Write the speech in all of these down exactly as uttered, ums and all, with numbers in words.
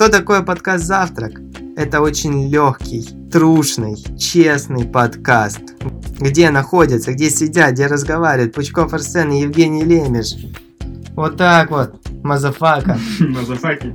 Что такое подкаст «Завтрак»? Это очень легкий, трушный, честный подкаст, где находятся, где сидят, где разговаривают Пучков Арсен и Евгений Лемеш. Вот так вот, мазафака. Мазафаки.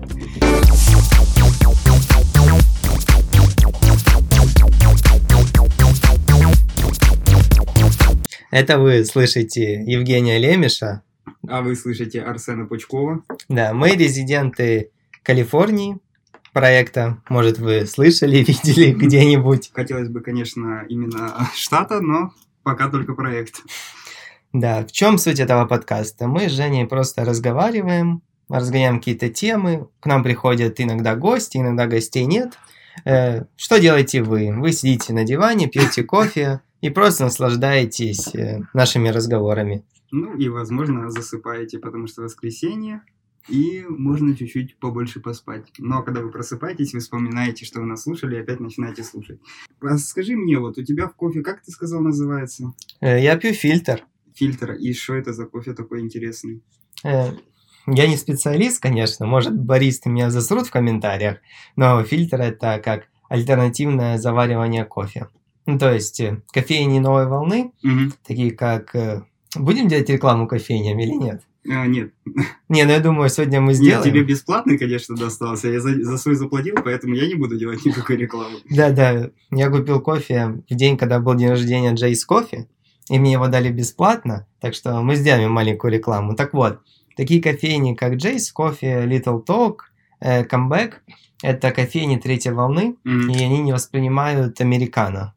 Это вы слышите Евгения Лемеша. А вы слышите Арсена Пучкова. Да, мы резиденты Калифорнии проекта. Может, вы слышали, видели где-нибудь. Хотелось бы, конечно, именно штата, но пока только проект. Да, в чем суть этого подкаста? Мы с Женей просто разговариваем, разгоняем какие-то темы. К нам приходят иногда гости, иногда гостей нет. Э, что делаете вы? Вы сидите на диване, пьете кофе и просто наслаждаетесь э, нашими разговорами. Ну и, возможно, засыпаете, потому что воскресенье, и можно чуть-чуть побольше поспать. Но когда вы просыпаетесь, вы вспоминаете, что вы нас слушали, и опять начинаете слушать. Скажи мне, вот у тебя в кофе, как ты сказал, называется? Э, я пью фильтр. Фильтр. И что это за кофе такой интересный? Э, я не специалист, конечно, может, баристы меня засрут в комментариях, но фильтр – это как альтернативное заваривание кофе. Ну, то есть э, кофейни новой волны, Угу. такие как... Э, будем делать рекламу кофейням или нет? А, нет. Не, ну я думаю, сегодня мы Нет, сделаем. тебе бесплатно, конечно, достался. Я за, за свой заплатил, поэтому я не буду делать никакой рекламы. Да-да, я купил кофе в день, когда был день рождения Джейс Кофе, и мне его дали бесплатно, так что мы сделаем маленькую рекламу. Так вот, такие кофейни, как Джейс Кофе, Little Talk, э, Comeback, это кофейни третьей волны, Мгм. и они не воспринимают американо.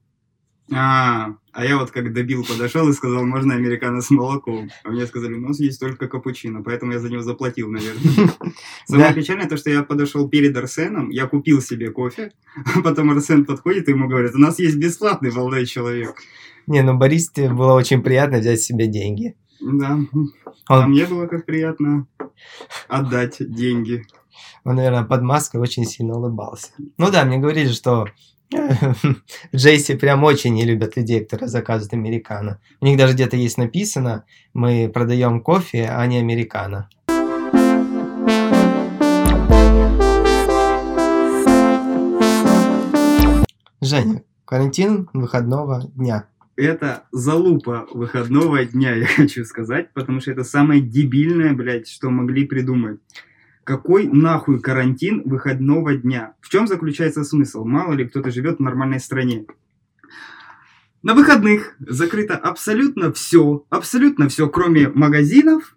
А, а я вот как дебил подошел и сказал, можно американо с молоком. А мне сказали, у нас есть только капучино, поэтому я за него заплатил, наверное. Самое Да. печальное то, что я подошел перед Арсеном, я купил себе кофе, а потом Арсен подходит и ему говорит, у нас есть бесплатный молодой человек. Не, ну баристе было очень приятно взять себе деньги. Да, а Он, мне было как приятно отдать деньги. он, наверное, под маской очень сильно улыбался. Ну да, мне говорили, что в Джейси прям очень не любят людей, которые заказывают американо. У них даже где-то есть написано, мы продаем кофе, а не американо. Женя, карантин выходного дня. Это залупа выходного дня, я хочу сказать, потому что это самое дебильное, блядь, что могли придумать. Какой нахуй карантин выходного дня? В чем заключается смысл? Мало ли кто-то живет в нормальной стране. На выходных закрыто абсолютно все, абсолютно все, кроме магазинов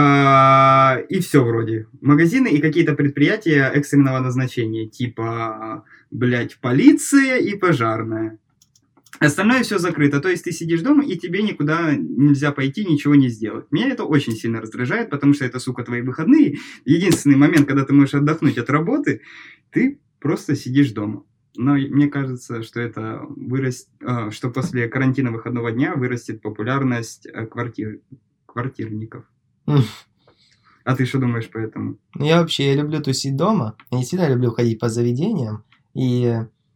а, и все вроде. Магазины и какие-то предприятия экстренного назначения, типа, блядь, полиция и пожарная. Остальное все закрыто, то есть ты сидишь дома, и тебе никуда нельзя пойти, ничего не сделать. Меня это очень сильно раздражает, потому что это, сука, твои выходные. Единственный момент, когда ты можешь отдохнуть от работы, ты просто сидишь дома. Но мне кажется, что это выраст... а, что после карантина выходного дня вырастет популярность а, квартир... квартирников. М. А ты что думаешь по этому? Ну, я вообще я люблю тусить дома, я не сильно люблю ходить по заведениям, и...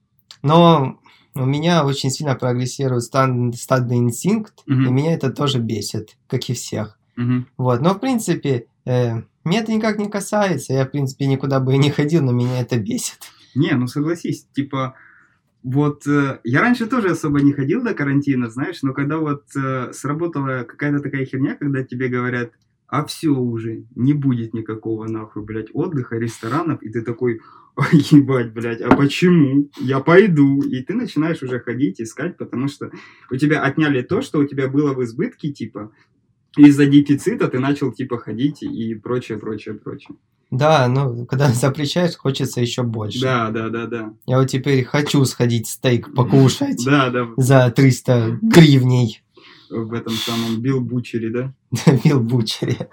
но у меня очень сильно прогрессирует стан- стадный инстинкт, Мгм. и меня это тоже бесит, как и всех. Мгм. Вот, но в принципе, э, меня это никак не касается, я в принципе никуда бы и не ходил, но меня это бесит. Не, ну согласись, типа, вот э, я раньше тоже особо не ходил до карантина, знаешь, но когда вот э, сработала какая-то такая херня, когда тебе говорят, а все уже, не будет никакого нахуй, блядь, отдыха, ресторанов, и ты такой, ой, ебать, блядь, а почему? Я пойду. И ты начинаешь уже ходить, искать, потому что у тебя отняли то, что у тебя было в избытке, типа, из-за дефицита ты начал, типа, ходить и прочее, прочее, прочее. Да, ну, когда запрещаешь, хочется еще больше. Да, да, да, да. Я вот теперь хочу сходить стейк покушать Да, да, за триста гривней в этом самом Билл Бучери, да? в Билл Бучере.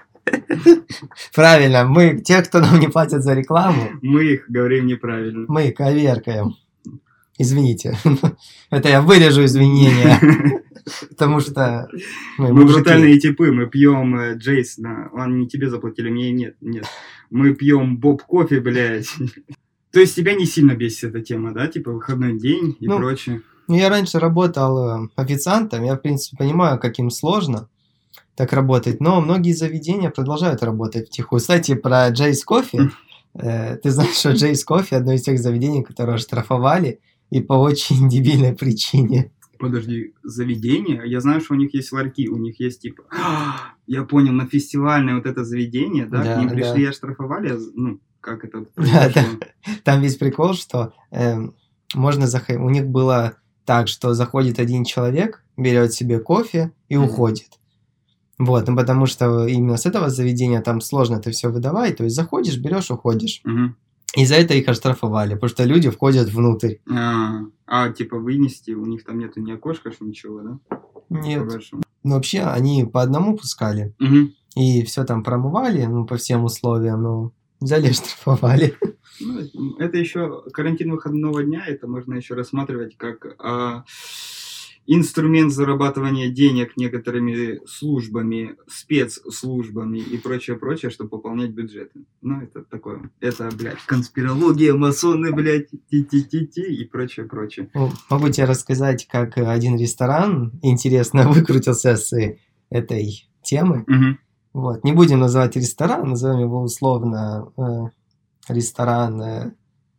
Правильно, мы, те, кто нам не платят за рекламу, Мы их говорим неправильно. мы коверкаем. Извините. Это я вырежу извинения. Потому что мы, Мы мужики. брутальные типы, мы пьем э, Джейсона. Он не тебе заплатили, мне нет, нет. Мы пьем Боб кофе, блядь. То есть тебя не сильно бесит эта тема, да? Типа выходной день и Ну, прочее. Ну, я раньше работал э, официантом, я, в принципе, понимаю, как им сложно так работать, но многие заведения продолжают работать втихую. Кстати, про Джейс Кофе, э, ты знаешь, что Джейс Кофе одно из тех заведений, которые штрафовали, и по очень дебильной причине. Подожди, заведение? Я знаю, что у них есть ларьки, у них есть типа... Я понял, на фестивальное вот это заведение, да? Да, К ним да. пришли и оштрафовали, ну, как это Да, произошло? да. Там весь прикол, что э, можно заходить. У них было так, что заходит один человек, берет себе кофе и Мгм. уходит. Вот, ну потому что именно с этого заведения там сложно это все выдавать. То есть заходишь, берешь, уходишь. Мгм. И за это их оштрафовали, потому что люди входят внутрь. А, а, типа вынести, у них там нету ни окошка, ничего, да? Нет. По-большому. Ну, вообще, они по одному пускали. Мгм. И все там промывали, ну, по всем условиям, ну, взяли и штрафовали. Ну, это еще карантин выходного дня, это можно еще рассматривать как а, инструмент зарабатывания денег некоторыми службами, спецслужбами и прочее, прочее, чтобы пополнять бюджеты. Ну, это такое, это, блядь, конспирология, масоны, блядь, ти-ти-ти-ти и прочее, прочее. Ну, могу тебе рассказать, как один ресторан интересно выкрутился с этой темы. Мгм. Вот, не будем называть ресторан, назовем его условно э, ресторан э,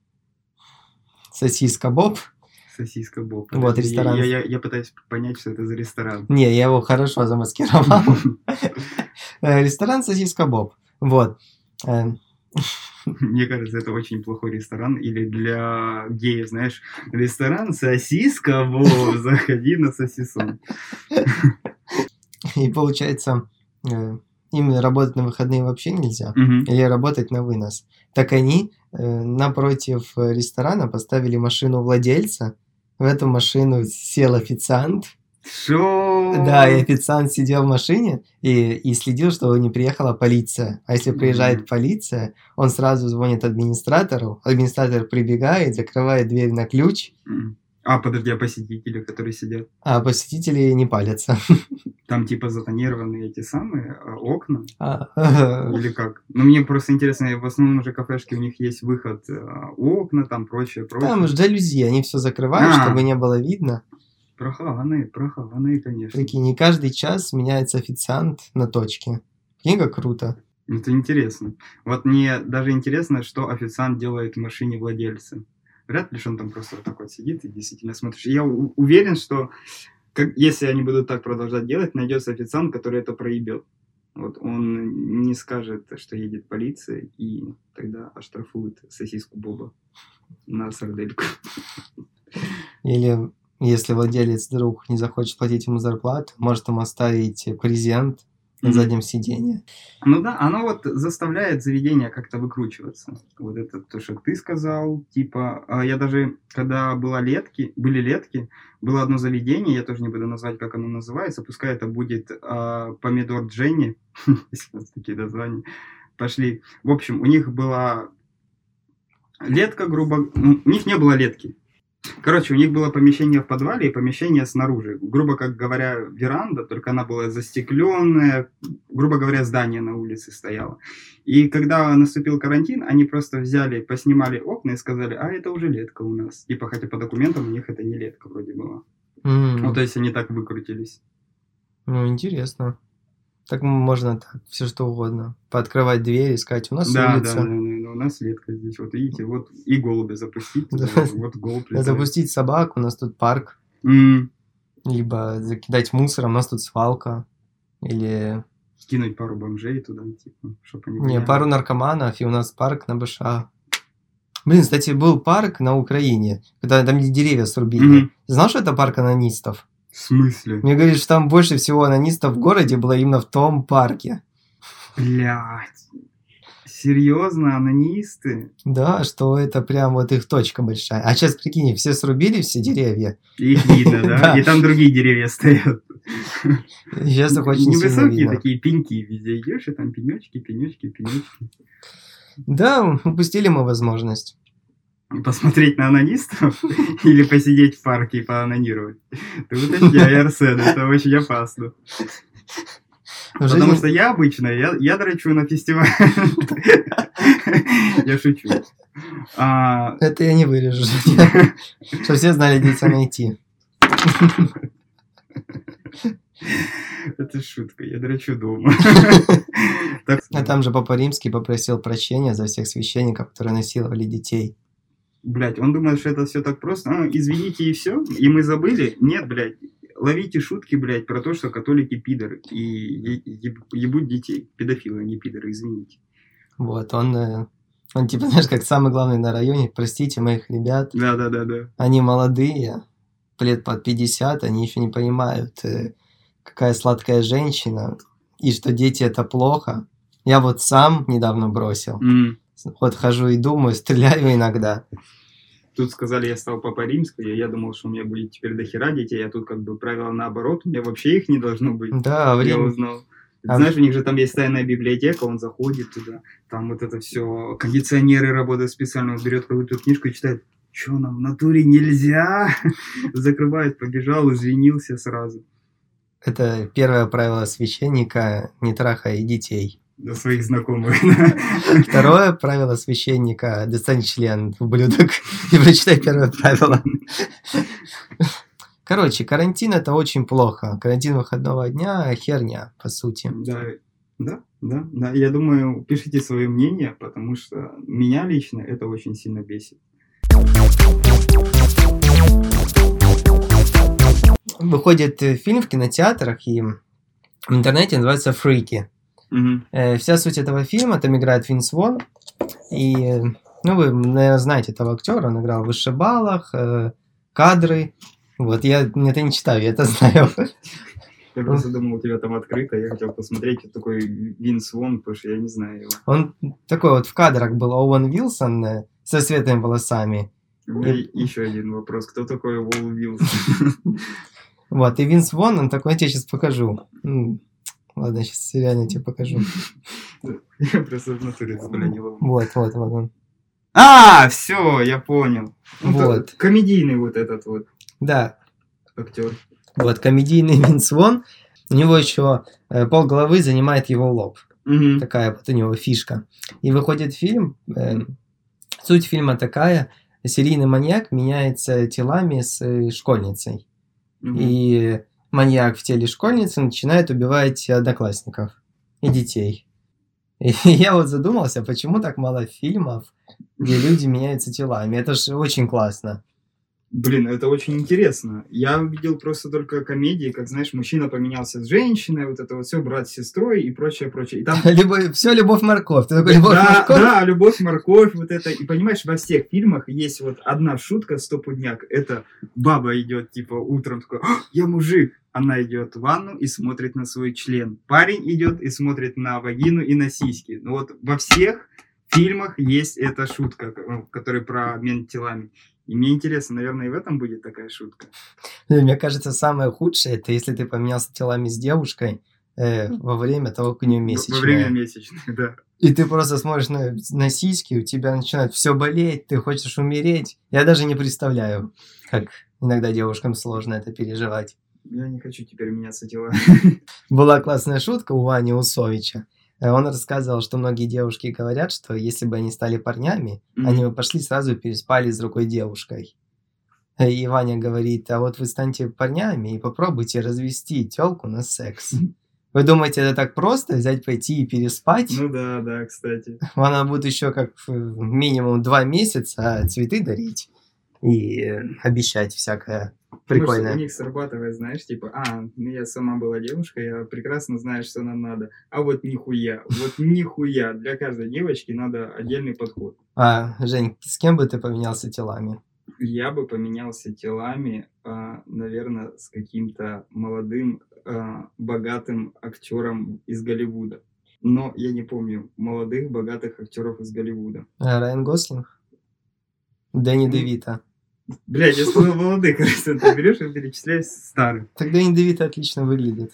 Сосиска Боб. Сосиска Боб. Вот, Подожди, ресторан. Я, я, я пытаюсь понять, что это за ресторан. Не, я его хорошо замаскировал. Э, Ресторан Сосиска Боб. Вот. Э, Мне кажется, это очень плохой ресторан. Или для геев, знаешь, ресторан сосиска, во, заходи на сосисон. И получается, э, им работать на выходные вообще нельзя. Мгм. Или работать на вынос. Так они э, напротив ресторана поставили машину владельца. В эту машину сел официант. Шо? Да, и официант сидел в машине и, и следил, чтобы не приехала полиция. А если приезжает Мгм. полиция, он сразу звонит администратору. Администратор прибегает, закрывает дверь на ключ, М. А, подожди, а посетители, которые сидят? а посетители не палятся. Там типа затонированы эти самые а, окна? А, Или как? Ну, мне просто интересно, в основном уже кафешки, у них есть выход, а, окна, там прочее, прочее. Там жалюзи, они все закрывают, А. чтобы не было видно. Прохаванные, прохаванные, конечно. Прикинь, не каждый час меняется официант на точке. Прикинь, как круто. Это интересно. Вот мне даже интересно, что официант делает в машине владельца. Вряд ли, что он там просто вот так вот сидит и действительно смотришь. Я у- уверен, что как, если они будут так продолжать делать, найдется официант, который это проебет. Вот он не скажет, что едет полиция, и тогда оштрафуют сосиску Боба на сардельку. Или если владелец вдруг не захочет платить ему зарплату, может ему оставить презент на Мгм. заднем сиденье. Ну да, оно вот заставляет заведение как-то выкручиваться. Вот это то, что ты сказал, типа, а я даже, когда была летки, были летки, было одно заведение, я тоже не буду назвать, как оно называется, пускай это будет а, Помидор Дженни, если у нас такие названия, пошли. В общем, у них была летка, грубо, ну, у них не было летки. Короче, у них было помещение в подвале и помещение снаружи. Грубо как говоря, веранда, только она была застекленная. Грубо говоря, здание на улице стояло. И когда наступил карантин, они просто взяли, поснимали окна и сказали, а это уже летка у нас. Типа, хотя по документам у них это не летка вроде была. М, Ну, то есть они так выкрутились. Ну, интересно. Так можно так, все что угодно. Пооткрывать дверь и сказать, у нас Да, да, улица. да, да, да, у нас летка здесь. Вот видите, вот и голубя запустить. Да. туда, Вот голубь летает. Запустить собак, у нас тут парк. М, Либо закидать мусором, у нас тут свалка. Или Скинуть пару бомжей туда, типа, чтобы они... не, гоняли. пару наркоманов, и у нас парк на БШ. Блин, кстати, был парк на Украине, когда там деревья срубили. Мгм. Ты знал, что это парк анонистов? В смысле? Мне говорят, что там больше всего анонистов в городе было именно в том парке. Блядь. Серьезно, анонисты? Да, что это прям вот их точка большая. А сейчас, прикинь, все срубили все деревья. И их видно, да? Да. И там другие деревья стоят. Сейчас их очень сильно Невысокие видно. такие пеньки везде идешь, и там пенечки, пенечки, пенечки. Да, упустили мы возможность. Посмотреть на анонистов или посидеть в парке и поанонировать? Ты уточняй, Арсен, это очень опасно. В Потому жизни- что я обычно, я, я дрочу на фестиваль. Я шучу. А, Это я не вырежу. Чтобы все знали, где тебя найти. Это шутка, я дрочу дома. А там же Папа Римский попросил прощения за всех священников, которые насиловали детей. Блять, он думает, что это все так просто. А, извините, и все? И мы забыли? Нет, блядь. Ловите шутки, блядь, про то, что католики пидоры. И ебут детей. Педофилы, а не пидоры, извините. Вот, он, он типа, знаешь, как самый главный на районе. Простите моих ребят. Да-да-да-да. Они молодые, лет под пятьдесят, они еще не понимают, какая сладкая женщина, и что дети это плохо. Я вот сам недавно бросил. Mm. Вот хожу и думаю, стреляю иногда. Тут сказали, я стал Папой Римским, я думал, что у меня будет теперь дохера детей, а тут как бы правило наоборот, у меня вообще их не должно быть. Да, время. Я узнал. А... Знаешь, у них же там есть тайная библиотека, он заходит туда, там вот это все, кондиционеры работают специально, он берет какую-то книжку и читает, что нам в натуре нельзя, закрывает, побежал, извинился сразу. Это первое правило священника, не трахай детей. До своих знакомых. Второе правило священника, достань член, ублюдок, и прочитай первое правило. Короче, карантин это очень плохо. Карантин выходного дня херня, по сути. Да, да, да, да. Я думаю, пишите свое мнение, потому что меня лично это очень сильно бесит. Выходит фильм в кинотеатрах, и в интернете называется «Фрики». Угу. Э, вся суть этого фильма, там играет Винс Вон, и, ну, вы, наверное, знаете этого актера, он играл в «Вышибалах», э, «Кадры». Вот, я это не читаю, я это знаю. Я просто думал, у тебя там открыто, я хотел посмотреть, кто такой Винс Вон, потому что я не знаю его. Он такой вот в кадрах был Оуэн Вилсон э, со светлыми волосами. У меня и... еще один вопрос, кто такой Оуэн Вилсон? Вот, и Винс Вон, он такой, я тебе сейчас покажу. Ладно, сейчас реально тебе покажу. Я просто в натуре не ловлю. Вот, вот, вот он. А, все, я понял. Вот. Комедийный вот этот вот. Да. Актер. Вот, комедийный Винс Вон. У него еще э, полголовы занимает его лоб. Угу. Такая вот у него фишка. И выходит фильм. Э, суть фильма такая. Серийный маньяк меняется телами с э, школьницей. Угу. И маньяк в теле школьницы начинает убивать одноклассников и детей. И я вот задумался, почему так мало фильмов, где люди меняются телами. Это же очень классно. Блин, это очень интересно. Я увидел просто только комедии, как, знаешь, мужчина поменялся с женщиной, вот это вот все, брат с сестрой и прочее, прочее. И там... Любовь, все любовь-морковь. Ты такой, любовь, да, морковь? Да, любовь-морковь, вот это. И понимаешь, во всех фильмах есть вот одна шутка, стопудняк. Это баба идет, типа, утром такой, я мужик. Она идет в ванну и смотрит на свой член. Парень идет и смотрит на вагину и на сиськи. Ну вот во всех фильмах есть эта шутка, которая про обмен телами. И мне интересно, наверное, и в этом будет такая шутка. Мне кажется, самое худшее, это если ты поменялся телами с девушкой э, во время того, как у нее месячная. Во время месячной, да. И ты просто смотришь на, на сиськи, у тебя начинает все болеть, ты хочешь умереть. Я даже не представляю, как иногда девушкам сложно это переживать. Я не хочу теперь меняться телами. Была классная шутка у Вани Усовича. Он рассказывал, что многие девушки говорят, что если бы они стали парнями, mm-hmm. они бы пошли сразу переспали с другой девушкой. И Ваня говорит, а вот вы станьте парнями и попробуйте развести тёлку на секс. Mm-hmm. Вы думаете, это так просто, взять, пойти и переспать? Ну да, да, кстати. Она будет еще как минимум два месяца цветы дарить и обещать всякое прикольное. Может, у них срабатывает, знаешь, типа, а, ну я сама была девушка, я прекрасно знаю, что нам надо. А вот нихуя, вот нихуя. Для каждой девочки надо отдельный подход. А, Жень, с кем бы ты поменялся телами? Я бы поменялся телами, а, наверное, с каким-то молодым, а, богатым актером из Голливуда. Но я не помню молодых, богатых актеров из Голливуда. А, Райан Гослинг? Дэнни ну, Девито? Блядь, я сказал молодых, ты берешь и перечисляешь старых. Так Дэнни Девито отлично выглядит.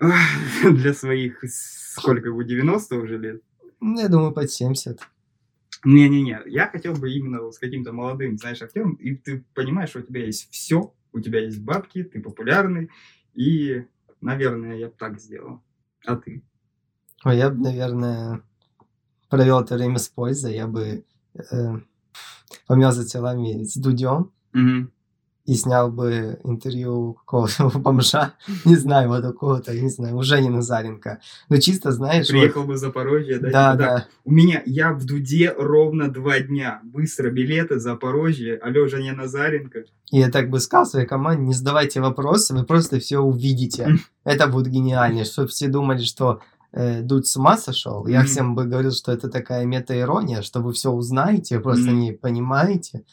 Для своих, сколько ему, девяносто уже лет? Ну, я думаю, под семьдесят. Не-не-не, я хотел бы именно с каким-то молодым, знаешь, актером, и ты понимаешь, что у тебя есть все, у тебя есть бабки, ты популярный, и, наверное, я бы так сделал. А ты? Ой, я бы, наверное, провел это время с пользой, я бы э, поменялся телами с Дудем. Угу. и снял бы интервью какого-то бомжа, не знаю, вот такого-то, не знаю, у Жени Назаренко. Ну, чисто, знаешь... Приехал вот... бы в Запорожье, да? Да, типа, да. У меня, я в Дуде ровно два дня. Быстро билеты, Запорожье, алло, Женя Назаренко. И я так бы сказал своей команде, не задавайте вопросы, вы просто все увидите. Это будет гениально, чтобы все думали, что э, Дудь с ума сошел. Я Мгм. всем бы говорил, что это такая мета-ирония, что вы все узнаете, вы просто Мгм. не понимаете.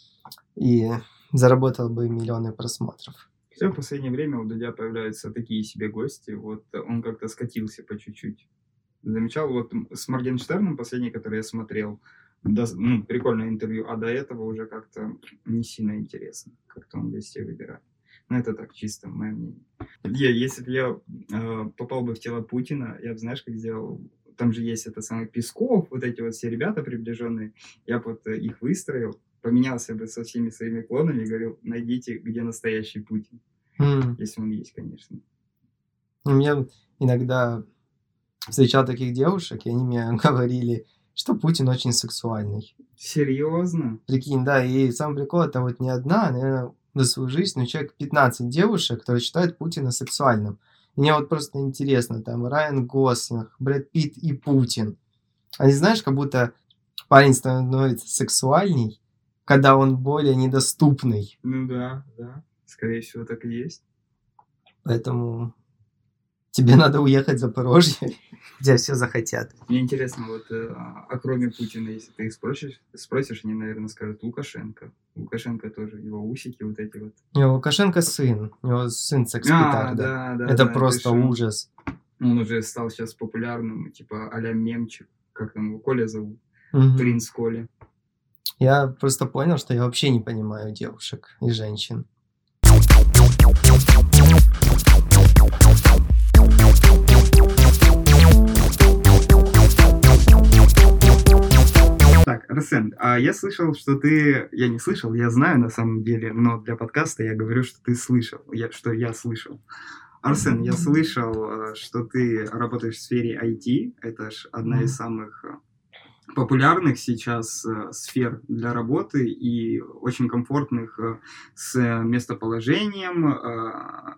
И заработал бы миллионы просмотров. Все, в последнее время у Дудя появляются такие себе гости. Вот он как-то скатился по чуть-чуть. Замечал, вот с Моргенштерном, последний, который я смотрел, да, ну, прикольное интервью, а до этого уже как-то не сильно интересно, как-то он гостей выбирает. Ну, это так, чисто мое мнение. Я, если бы я э, попал бы в тело Путина, я бы, знаешь, как сделал? Там же есть это самый Песков, вот эти вот все ребята приближенные, я бы вот э, их выстроил, поменялся бы со всеми своими клонами и говорил, найдите, где настоящий Путин. М. Если он есть, конечно. У меня иногда встречал таких девушек, и они мне говорили, что Путин очень сексуальный. Серьезно? Прикинь, да, и сам прикол, это вот не одна, наверное, за свою жизнь, но человек пятнадцать девушек, которые считают Путина сексуальным. И мне вот просто интересно, там, Райан Гослинг, Брэд Питт и Путин. Они, знаешь, как будто парень становится сексуальней, когда он более недоступный. Ну да, да. Скорее всего, так и есть. Поэтому тебе надо уехать в Запорожье, где все захотят. Мне интересно, вот, э, а кроме Путина, если ты их спросишь, спросишь, они, наверное, скажут Лукашенко. Лукашенко тоже, его усики вот эти вот. У него Лукашенко сын, у него сын секс-петарда. А, да, да, Это да, просто решил. ужас. Он уже стал сейчас популярным, типа а-ля мемчик. Как там его, Коля зовут? Мгм. Принц Коля. Я просто понял, что я вообще не понимаю девушек и женщин. Так, Арсен, а я слышал, что ты... Я не слышал, я знаю на самом деле, но для подкаста я говорю, что ты слышал, я, что я слышал. Арсен, я слышал, э, что ты работаешь в сфере ай ти. Это ж одна из самых э, популярных сейчас э, сфер для работы и очень комфортных э, с местоположением э,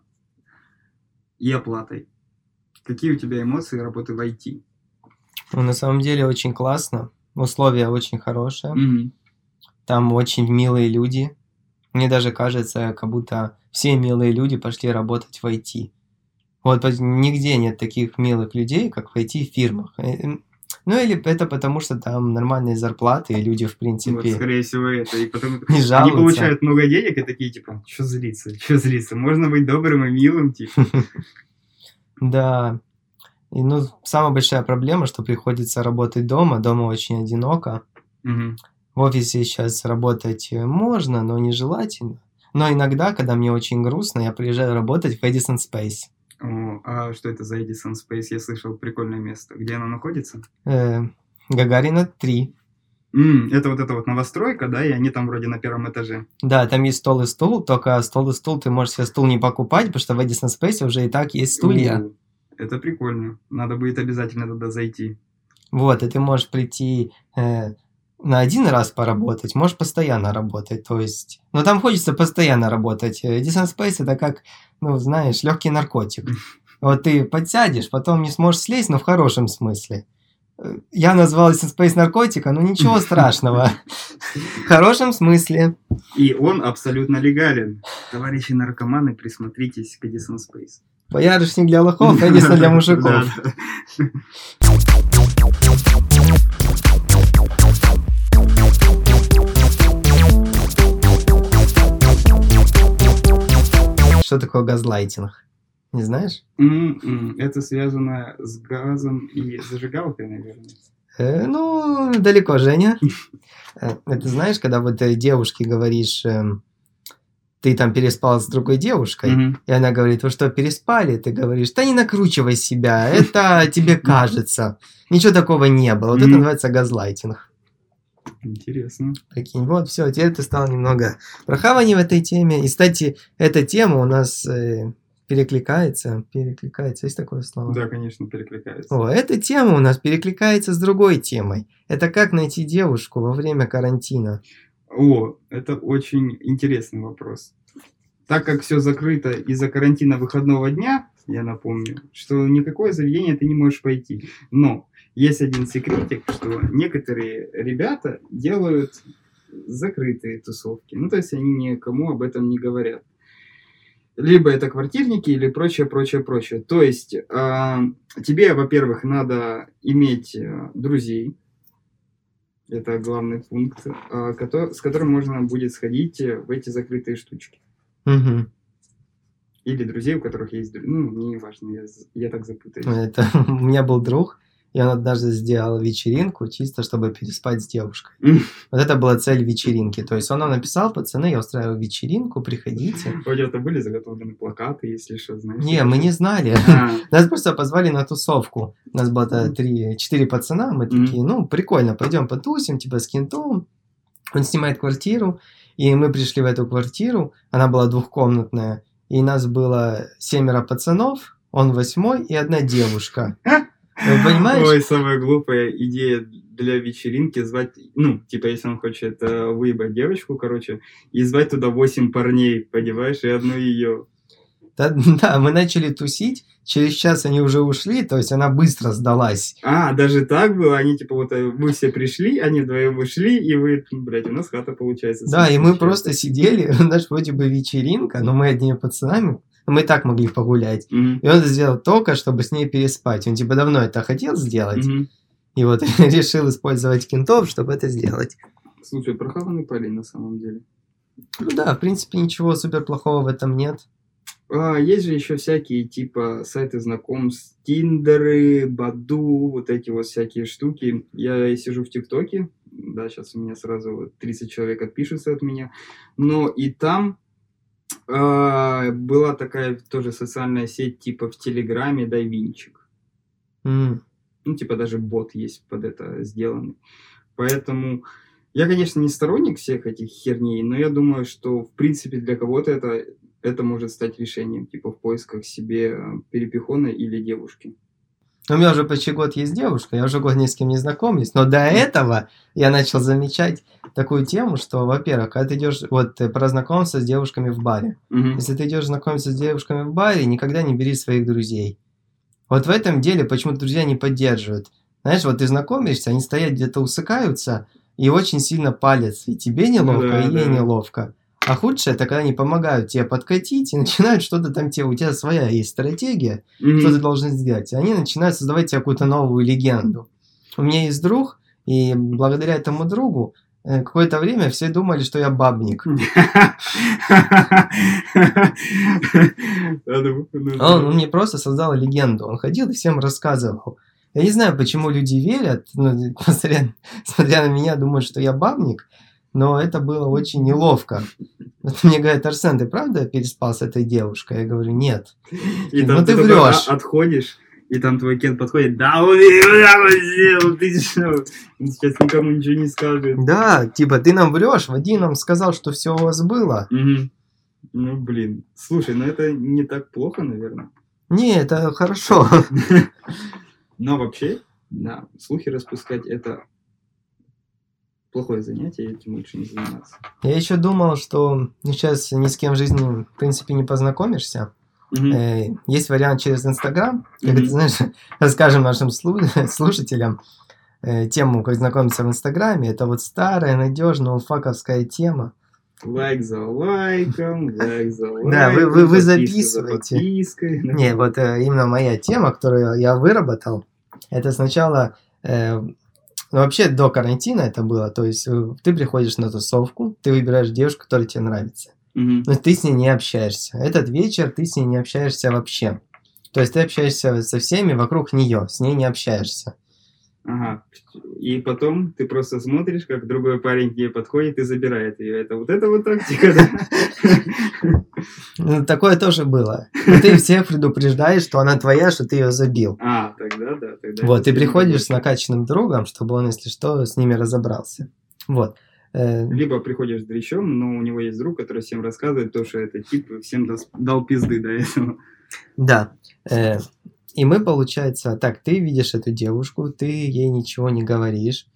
и оплатой. Какие у тебя эмоции работы в ай ти? Ну, на самом деле очень классно. Условия очень хорошие. Мгм. Там очень милые люди. Мне даже кажется, как будто все милые люди пошли работать в ай ти. Вот по- нигде нет таких милых людей, как в ай ти-фирмах. Э, м, Ну, или это потому, что там нормальные зарплаты, и люди, в Вот, принципе, скорее всего, это. И потом не они жалуются. получают много денег и такие, типа, что злиться, что злиться? Можно быть добрым и милым, типа. Да. И, ну, самая большая проблема, что приходится работать дома. Дома очень одиноко. Мгм. В офисе сейчас работать э, можно, но нежелательно. Но иногда, когда мне очень грустно, я приезжаю работать в Edison Space. О, а что это за Edison Space? Я слышал, прикольное место. Где оно находится? Э, Гагарина три. М, это вот эта вот новостройка, да, и они там вроде на первом этаже. Да, там есть стол и стул, только стол и стул ты можешь себе стул не покупать, потому что в Edison Space уже и так есть стулья. О, это прикольно. Надо будет обязательно туда зайти. Вот, и ты можешь прийти э, на один раз поработать, можешь постоянно работать, то есть... Но там хочется постоянно работать. Edison Space это как, ну, знаешь, легкий наркотик. Вот ты подсядешь, потом не сможешь слезть, но в хорошем смысле. Э, Я назвал Edison Space наркотика, но ничего страшного. В хорошем смысле. И он абсолютно легален. Товарищи наркоманы, присмотритесь к Edison Space. Боярышник для лохов, Эдисон для мужиков. Да, да. Что такое газлайтинг? Не знаешь? М-м, Это связано с газом и зажигалкой, наверное. Э, ну, далеко, Женя. Э, Это знаешь, когда вот э, девушке говоришь, эм, ты там переспал с другой девушкой, Мгм. и она говорит, вы что, переспали? Ты говоришь, да не накручивай себя, это тебе кажется. Ничего такого не было. Вот это Мгм. называется газлайтинг. Интересно. Прикинь, вот, все, теперь ты стал немного прохаваний в этой теме. И, кстати, эта тема у нас э, перекликается, перекликается, есть такое слово? Да, конечно, перекликается. О, эта тема у нас перекликается с другой темой. Это как найти девушку во время карантина. О, это очень интересный вопрос. так как все закрыто из-за карантина выходного дня, я напомню, что никакое заведение ты не можешь пойти. Но есть один секретик, что некоторые ребята делают закрытые тусовки. Ну, то есть они никому об этом не говорят. Либо это квартирники, или прочее, прочее, прочее. То есть э, тебе, во-первых, надо иметь э, друзей. Это главный пункт, э, который, с которым можно будет сходить в эти закрытые штучки. Угу. Или друзей, у которых есть... Ну, не важно, я, я так запутаюсь. Это, у меня был друг, и он однажды сделал вечеринку, чисто чтобы переспать с девушкой. Вот это была цель вечеринки. То есть он нам написал: пацаны, я устраиваю вечеринку, приходите. У тебя-то были заготовлены плакаты, если что, знаешь? Не, мы не знали. А. Нас просто позвали на тусовку. У нас было три-четыре пацана, мы такие, ну, прикольно, пойдем потусим, типа с кентом. Он снимает квартиру, и мы пришли в эту квартиру, она была двухкомнатная, и нас было семеро пацанов, он восьмой и одна девушка. Вы понимаешь? Ой, самая глупая идея для вечеринки звать, ну, типа, если он хочет э, выебать девочку, короче, и звать туда восемь парней, понимаешь, и одну ее. Да, да, мы начали тусить, через час они уже ушли, то есть она быстро сдалась. А, даже так было? Они, типа, вот вы все пришли, они вдвоем ушли, и вы, блядь, у нас хата получается. Да, и мы просто сидели, у нас вроде бы вечеринка, но мы одними пацанами, мы и так могли погулять. Mm-hmm. И он это сделал только, чтобы с ней переспать. Он типа давно это хотел сделать, Mm-hmm. и вот решил использовать кентов, чтобы это сделать. Слушай, прохаванный парень на самом деле. Ну да, в принципе, ничего супер плохого в этом нет. А, есть же еще всякие типа сайты знакомств, Тиндеры, Баду, вот эти вот всякие штуки. Я сижу в ТикТоке, да, сейчас у меня сразу тридцать человек отпишутся от меня, но и там а, была такая тоже социальная сеть типа в Телеграме, да, Винчик. Mm. Ну, типа даже бот есть под это сделанный. Поэтому я, конечно, не сторонник всех этих херней, но я думаю, что в принципе для кого-то это это может стать решением, типа в поисках себе перепихона или девушки. У меня уже почти год есть девушка, я уже год ни с кем не знакомлюсь, но до этого я начал замечать такую тему, что, во-первых, когда ты идешь вот про знакомство с девушками в баре, Угу. если ты идешь знакомиться с девушками в баре, никогда не бери своих друзей. Вот в этом деле почему-то друзья не поддерживают. Знаешь, вот ты знакомишься, они стоят где-то усыкаются и очень сильно палятся, и тебе неловко, Ну да, и ей да. неловко. А худшее, это когда они помогают тебе подкатить и начинают что-то там тебе, у тебя своя есть стратегия, Угу. что ты должен сделать. И они начинают создавать тебе какую-то новую легенду. У меня есть друг, и благодаря этому другу э, какое-то время все думали, что я бабник. Он, он мне просто создал легенду. Он ходил и всем рассказывал. Я не знаю, почему люди верят, ну, смотря, смотря на меня, думают, что я бабник, но это было очень неловко. Вот мне говорят: Арсен, ты правда переспал с этой девушкой? Я говорю: нет. И Ну там ты ты врешь. отходишь, и там твой Кен подходит: да, он и вот так вот сделал, ты что? Он сейчас никому ничего не скажет. Да, типа, ты нам врешь, Вадим нам сказал, что все у вас было. Угу. Ну, блин. Слушай, ну это не так плохо, наверное. Не, это хорошо. Но вообще, да, слухи распускать — это плохое занятие, этим лучше не заниматься. Я еще думал, что ну, сейчас ни с кем в жизни, в принципе, не познакомишься. Угу. Э, есть вариант через Инстаграм. Как Мгм. это, знаешь, расскажем нашим слу- слушателям э, тему, как знакомиться в Инстаграме. Это вот старая, надежная, улфаковская тема. Лайк за лайком, лайк за лайком. Да, вы- вы- вы подписка за записываете. подпиской. Не, вот э, именно моя тема, которую я выработал, это сначала, э, ну, вообще до карантина это было, то есть э, ты приходишь на тусовку, ты выбираешь девушку, которая тебе нравится, Мгм. но ты с ней не общаешься. Этот вечер ты с ней не общаешься вообще. То есть ты общаешься со всеми вокруг нее, с ней не общаешься. Ага. И потом ты просто смотришь, как другой парень к ней подходит и забирает ее. Это вот это вот тактика, да? Ну, такое тоже было. Но ты всех предупреждаешь, что она твоя, что ты ее забил. А, тогда да. Тогда Вот, это ты сильно приходишь с проще. накачанным другом, чтобы он, если что, с ними разобрался. Вот. Э, Либо приходишь с дрищом, но у него есть друг, который всем рассказывает то, что этот тип всем дас- дал пизды до этого. Да. Э, и мы, получается, так, ты видишь эту девушку, ты ей ничего не говоришь,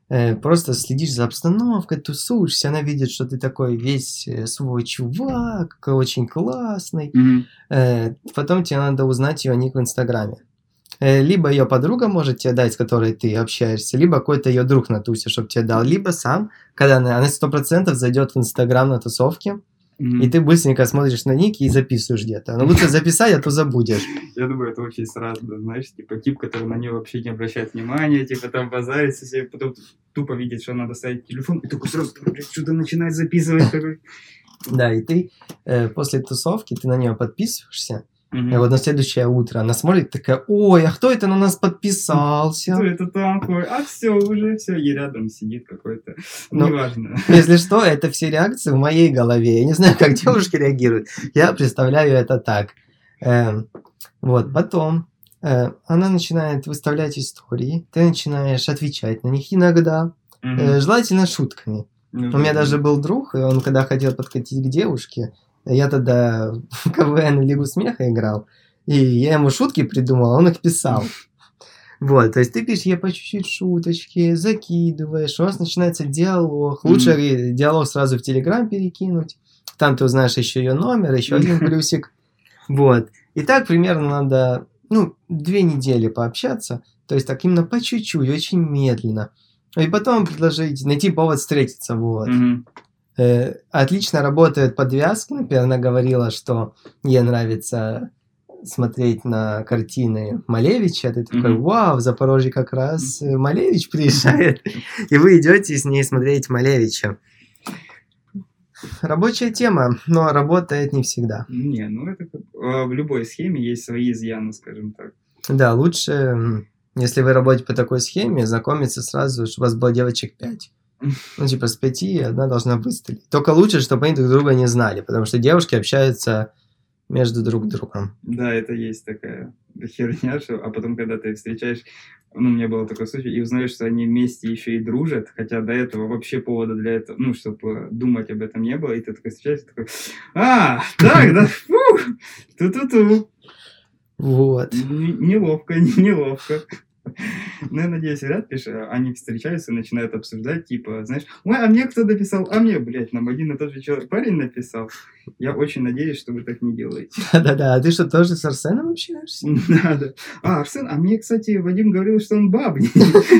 э, просто следишь за обстановкой, тусуешься, она видит, что ты такой весь э, свой чувак, очень классный. Мгм. Э, потом тебе надо узнать ее ник в Инстаграме. Э, либо ее подруга может тебе дать, с которой ты общаешься, либо какой-то ее друг на тусе, чтобы тебе дал, либо сам, когда она она сто процентов зайдет в Инстаграм на тусовке, Мгм. и ты быстренько смотришь на ник и записываешь где-то. Но лучше записать, а то забудешь. Я думаю, это очень сразу, знаешь, типа тип, который на нее вообще не обращает внимания, типа там базарится себе, потом тупо видит, что надо ставить телефон, и такой сразу, там, блядь, что-то начинает записывать. Такой. Да, и ты э, после тусовки, ты на нее подписываешься, Мгм. и вот на следующее утро она смотрит, такая, ой, а кто это на нас подписался? Кто это такой? А все, уже все, и рядом сидит какой-то. Ну, Неважно. Если что, это все реакции в моей голове. Я не знаю, как девушки реагируют. Я представляю это так. Эм, вот, потом э, она начинает выставлять истории, ты начинаешь отвечать на них иногда, Мгм. э, желательно шутками. Ну У да, меня да. даже был друг, и он когда хотел подкатить к девушке, я тогда в КВН и Лигу смеха играл, и я ему шутки придумал, а он их писал. Вот, то есть ты пишешь ей по чуть-чуть шуточки, закидываешь, у вас начинается диалог. Лучше Мгм. ри- диалог сразу в Телеграм перекинуть. Там ты узнаешь еще ее номер, еще один плюсик. Вот. И так примерно надо, ну, две недели пообщаться. То есть так именно по чуть-чуть, очень медленно. И потом предложить, найти повод встретиться, вот. Мгм. Э, отлично работают подвязки. Например, она говорила, что ей нравится смотреть на картины Малевича. Ты такой, Мгм. вау, в Запорожье как раз э, Малевич приезжает. И вы идете с ней смотреть Малевича. Рабочая тема, но работает не всегда. Не, ну это как- а, в любой схеме есть свои изъяны, скажем так. Да, лучше, м, если вы работаете по такой схеме, знакомиться сразу, чтобы у вас было девочек пять. Ну, типа, с пяти одна должна выстрелить. Только лучше, чтобы они друг друга не знали, потому что девушки общаются между друг другом. Да, это есть такая херня, что, а потом, когда ты встречаешь, ну, у меня был такой случай, и узнаешь, что они вместе еще и дружат, хотя до этого вообще повода для этого, ну, чтобы думать об этом не было, и ты такой встречаешься, такой, а, так, да, фу, ту-ту-ту. Вот. Н- Неловко, неловко. Ну, я надеюсь, вряд ли, что они встречаются и начинают обсуждать, типа, знаешь, ой, а мне кто написал? А мне, блядь, нам один и тот же человек, парень написал. Я очень надеюсь, что вы так не делаете. Да-да-да, а ты что, тоже с Арсеном общаешься? Надо. А, Арсен, а мне, кстати, Вадим говорил, что он бабник.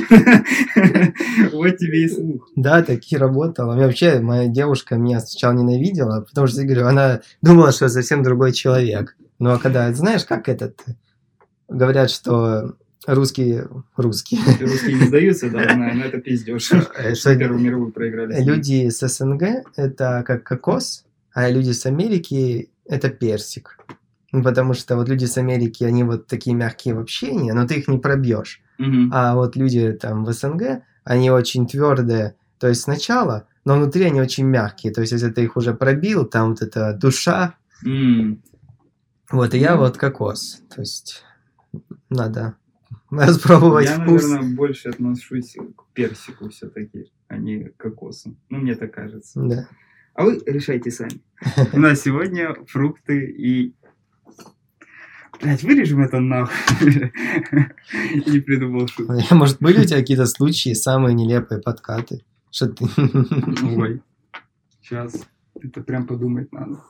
Вот тебе и слух. Да, таки работала. И вообще, моя девушка меня сначала ненавидела, потому что, я говорю, она думала, что я совсем другой человек. Ну, а когда, знаешь, как этот... Говорят, что русские... Русские. Русские не сдаются, да, знаю, но это пиздеж. Э, что Первую мировую проиграли. люди с СНГ – это как кокос, а люди с Америки – это персик. Ну, потому что вот люди с Америки, они вот такие мягкие в общении, но ты их не пробьешь. Мгм. А вот люди там в СНГ, они очень твердые, то есть сначала, но внутри они очень мягкие. То есть если ты их уже пробил, там вот эта душа. М. Вот, и я Ну. вот кокос. То есть надо распробовать Я, вкус. наверное, больше отношусь к персику все-таки, а не к кокосу. Ну, мне так кажется. Да. А вы решайте сами. У нас сегодня фрукты и... Блять, вырежем это нахуй. Не придумал шутку. Может, были у тебя какие-то случаи, самые нелепые подкаты? Что ты... Ой. Сейчас. Это прям подумать надо.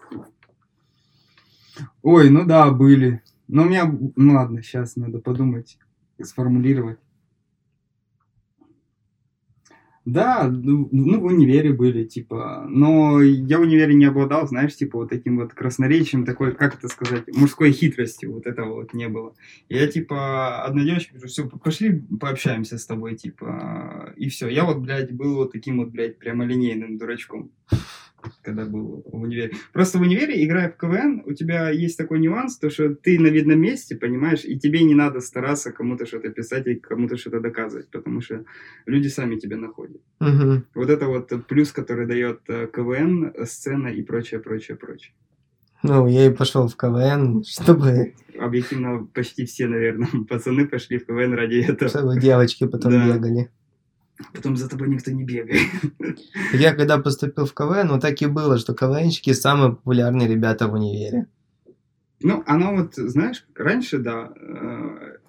Ой, ну да, были. Но у меня... Ну ладно, сейчас надо подумать, сформулировать. Да, ну, ну, в универе были, типа, но я в универе не обладал, знаешь, типа, вот таким вот красноречием, такой, как это сказать, мужской хитростью, вот этого вот не было. И я, типа, одной девочке говорю, все, пошли пообщаемся с тобой, типа, и все. Я вот, блядь, был вот таким вот, блядь, прямолинейным дурачком, когда был в универе. Просто в универе, играя в КВН, у тебя есть такой нюанс, то, что ты на видном месте, понимаешь, и тебе не надо стараться кому-то что-то писать и кому-то что-то доказывать, потому что люди сами тебя находят. Мгм. Вот это вот плюс, который дает э, КВН, сцена и прочее, прочее, прочее. Ну, я и пошел в КВН, чтобы, Объективно, почти все, наверное, пацаны пошли в КВН ради этого. чтобы девочки потом Да. бегали. Потом за тобой никто не бегает. Я когда поступил в КВН, вот так и было, что КВНщики самые популярные ребята в универе. Ну, оно вот, знаешь, раньше, да, э,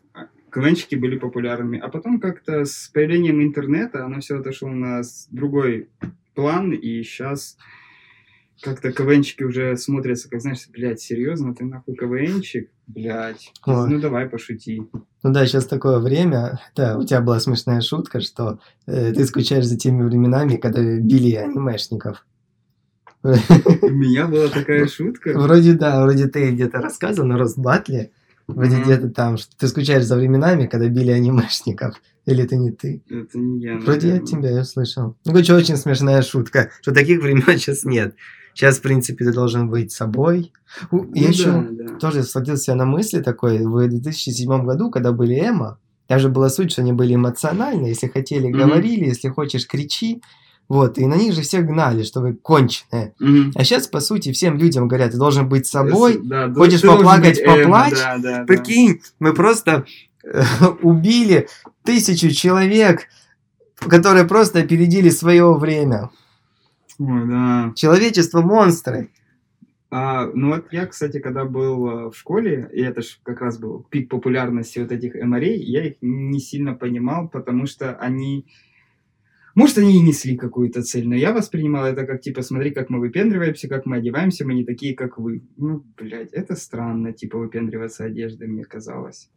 КВНщики были популярными. А потом как-то с появлением интернета оно все отошло на другой план, и сейчас как-то КВНщики уже смотрятся, как, знаешь, блядь, серьезно, ты нахуй КВНщик? Блядь, Ой. ну давай пошути. Ну да, сейчас такое время. Да, у тебя была смешная шутка, что э, ты скучаешь за теми временами, когда били анимешников. У меня была такая шутка. Вроде да, вроде ты где-то рассказывал на Росбатле, вроде Ага. где-то там, что ты скучаешь за временами, когда били анимешников. Или это не ты? Это не я, Вроде я наверное. тебя я слышал. Ну, короче, очень смешная шутка, что таких времен сейчас нет. Сейчас, в принципе, ты должен быть собой. У, Ну я да, еще да. тоже схватился на мысли такой, в две тысячи седьмом году, когда были эмо, там же была суть, что они были эмоциональны, если хотели, Мгм. говорили, если хочешь, кричи. Вот, и на них же все гнали, что вы конченые. Мгм. А сейчас, по сути, всем людям говорят, ты должен быть собой. Да, да, Хочешь ты должен поплакать, быть эмо, поплачь. да, да, да. Прикинь, мы просто э, убили тысячу человек, которые просто опередили свое время. Ой, да. Человечество монстры. А, ну вот я, кстати, когда был э, в школе, и это же как раз был пик популярности вот этих эморей, я их не сильно понимал, потому что они... Может, они и несли какую-то цель, но я воспринимал это как, типа, смотри, как мы выпендриваемся, как мы одеваемся, мы не такие, как вы. Ну, блядь, это странно, типа, выпендриваться одеждой, мне казалось.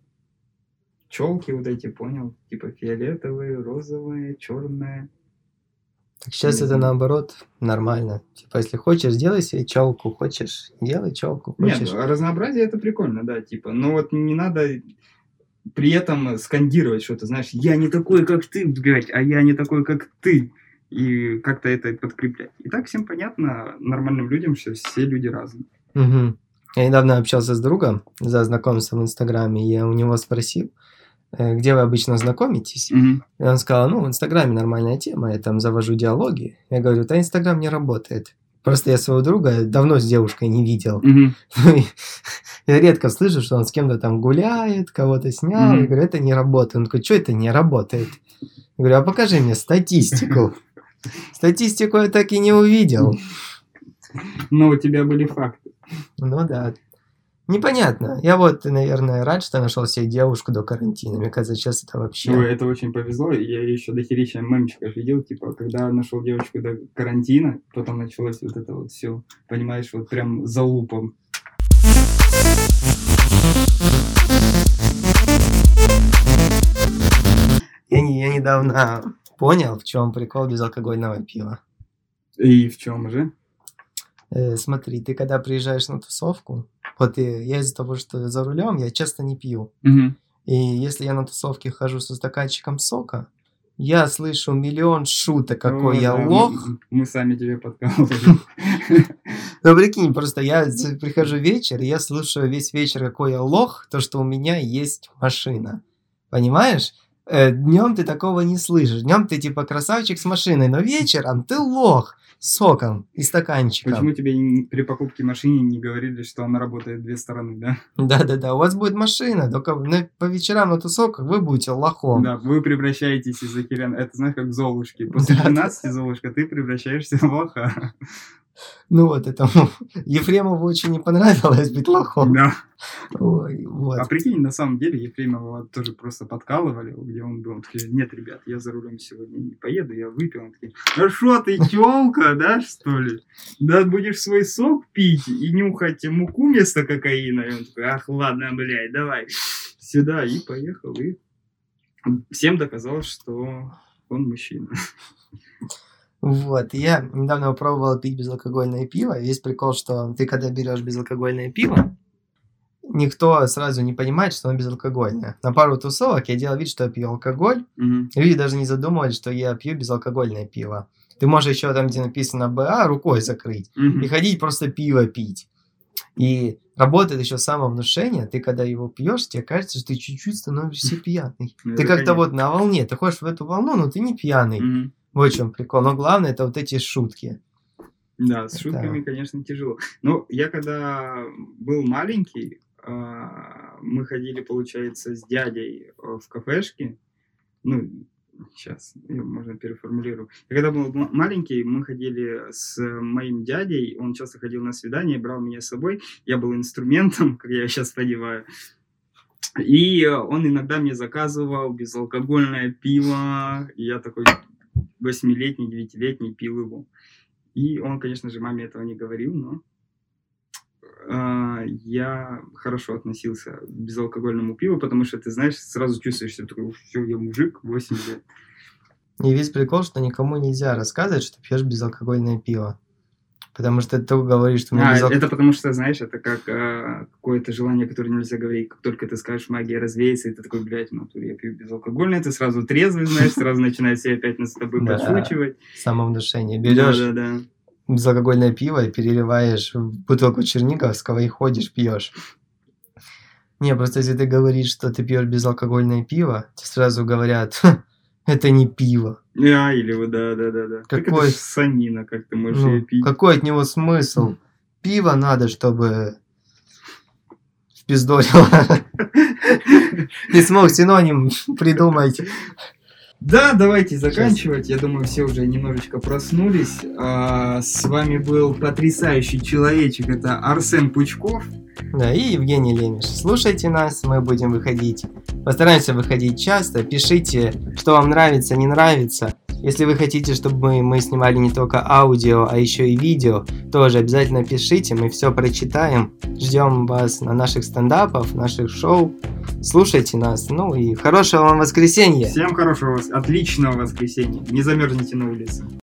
Челки вот эти, понял? Типа, фиолетовые, розовые, черные. Так сейчас Не это знаю. наоборот нормально. Типа, если хочешь, делай себе челку, хочешь, делай челку, Нет, хочешь. разнообразие это прикольно, да, типа, но вот не надо при этом скандировать что-то, знаешь, я не такой, как ты, блядь, а я не такой, как ты, и как-то это подкреплять. И так всем понятно, нормальным людям, что все люди разные. Мгм. Я недавно общался с другом за знакомством в Инстаграме, и я у него спросил, э, где вы обычно знакомитесь? Мгм. И он сказал, ну, в Инстаграме нормальная тема, я там завожу диалоги. Я говорю, да Инстаграм не работает. Просто я своего друга давно с девушкой не видел. Мгм. Я редко слышу, что он с кем-то там гуляет, кого-то снял. Я Мгм. говорю, это не работает. Он такой, что это не работает? Я говорю, а покажи мне статистику. Статистику я так и не увидел. Но у тебя были факты. Ну да. Непонятно. Я вот, наверное, рад, что нашел себе девушку до карантина. Мне кажется, сейчас это вообще... Ой, это очень повезло. Я еще дохерища мемчиков видел, типа, когда нашел девочку до карантина, потом началось вот это вот все, понимаешь, вот прям залупом. Я, не, я недавно понял, в чем прикол безалкогольного пива. И в чем же? Э, смотри, ты когда приезжаешь на тусовку, вот и я из-за того, что за рулем, я часто не пью. Мгм. И если я на тусовке хожу со стаканчиком сока, я слышу миллион шуток, какой О, я да, лох. Мы, мы сами тебе подкалывали. Ну, прикинь, просто я з- прихожу вечер, и я слушаю весь вечер, какой я лох, то, что у меня есть машина. Понимаешь? Днем ты такого не слышишь. Днем ты типа красавчик с машиной, но вечером ты лох с соком и стаканчиком. Почему тебе не- при покупке машины не говорили, что она работает в две стороны, да? Да-да-да, у вас будет машина, только на- по вечерам на тусовках вы будете лохом. Да, вы превращаетесь из-за Киряна. Это знаешь, как в Золушке. После Да. двенадцати Золушка ты превращаешься в лоха. Ну вот, этому Ефремову очень не понравилось быть лохом. Да. Ой, вот. А прикинь, на самом деле Ефремова тоже просто подкалывали, где он был. Он такие, нет, ребят, я за рулем сегодня не поеду, я выпил. Он такие, а шо ты, тёлка, да, что ли? Да будешь свой сок пить и нюхать муку вместо кокаина? И он такой, ах, ладно, блядь, давай сюда. И поехал, и всем доказал, что он мужчина. Вот, я недавно попробовал пить безалкогольное пиво. Весь прикол, что ты когда берешь безалкогольное пиво, никто сразу не понимает, что оно безалкогольное. На пару тусовок я делал вид, что я пью алкоголь. Мгм. Люди даже не задумывались, что я пью безалкогольное пиво. Ты можешь еще там, где написано БА, рукой закрыть. Мгм. И ходить просто пиво пить. И работает еще самовнушение. Ты когда его пьешь, тебе кажется, что ты чуть-чуть становишься пьяный. Ну, Ты это как-то конечно. вот на волне. Ты ходишь в эту волну, но ты не пьяный. Мгм. Вот в чем прикол. Но главное, это вот эти шутки. Да, с Это- шутками, конечно, тяжело. Но я когда был маленький, а, мы ходили, получается, с дядей э, в кафешке. Ну, сейчас, можно переформулирую. Я когда был м- маленький, мы ходили с моим дядей, он часто ходил на свидания, брал меня с собой. Я был инструментом, как я сейчас понимаю. И он иногда мне заказывал безалкогольное пиво. И я такой восьмилетний, девятилетний пил его. И он, конечно же, маме этого не говорил, но э, я хорошо относился к безалкогольному пиву, потому что, ты знаешь, сразу чувствуешь, что такой, все, я мужик, восемь лет. И весь прикол, что никому нельзя рассказывать, что пьешь безалкогольное пиво. Потому что ты только говоришь, что у меня А, безалкогольное... это потому что, знаешь, это как э, какое-то желание, которое нельзя говорить. Как только ты скажешь, магия развеется, и ты такой, блядь, в натуре я пью безалкогольное, ты сразу трезвый, знаешь, сразу начинает все опять с тобой Да. подшучивать. Самовнушение. Берешь Да, да, да. безалкогольное пиво и переливаешь в бутылку черниговского и ходишь, пьешь. Не, просто если ты говоришь, что ты пьешь безалкогольное пиво, тебе сразу говорят, «Ха, это не пиво. А, или вот, да, да, да, да. Так Какой- это ж санина, как ты можешь Ну, ее пить. какой от него смысл? Пиво надо, чтобы впиздорило. Не смог синоним придумать. Да, давайте заканчивать. Я думаю, все уже немножечко проснулись. А, с вами был потрясающий человечек. Это Арсен Пучков. Да, и Евгений Лемеш. Слушайте нас, мы будем выходить. Постараемся выходить часто. Пишите, что вам нравится, не нравится. Если вы хотите, чтобы мы снимали не только аудио, а еще и видео, тоже обязательно пишите, мы все прочитаем. Ждем вас на наших стендапах, наших шоу. Слушайте нас. Ну и хорошего вам воскресенья. Всем хорошего, отличного воскресенья. Не замерзните на улице.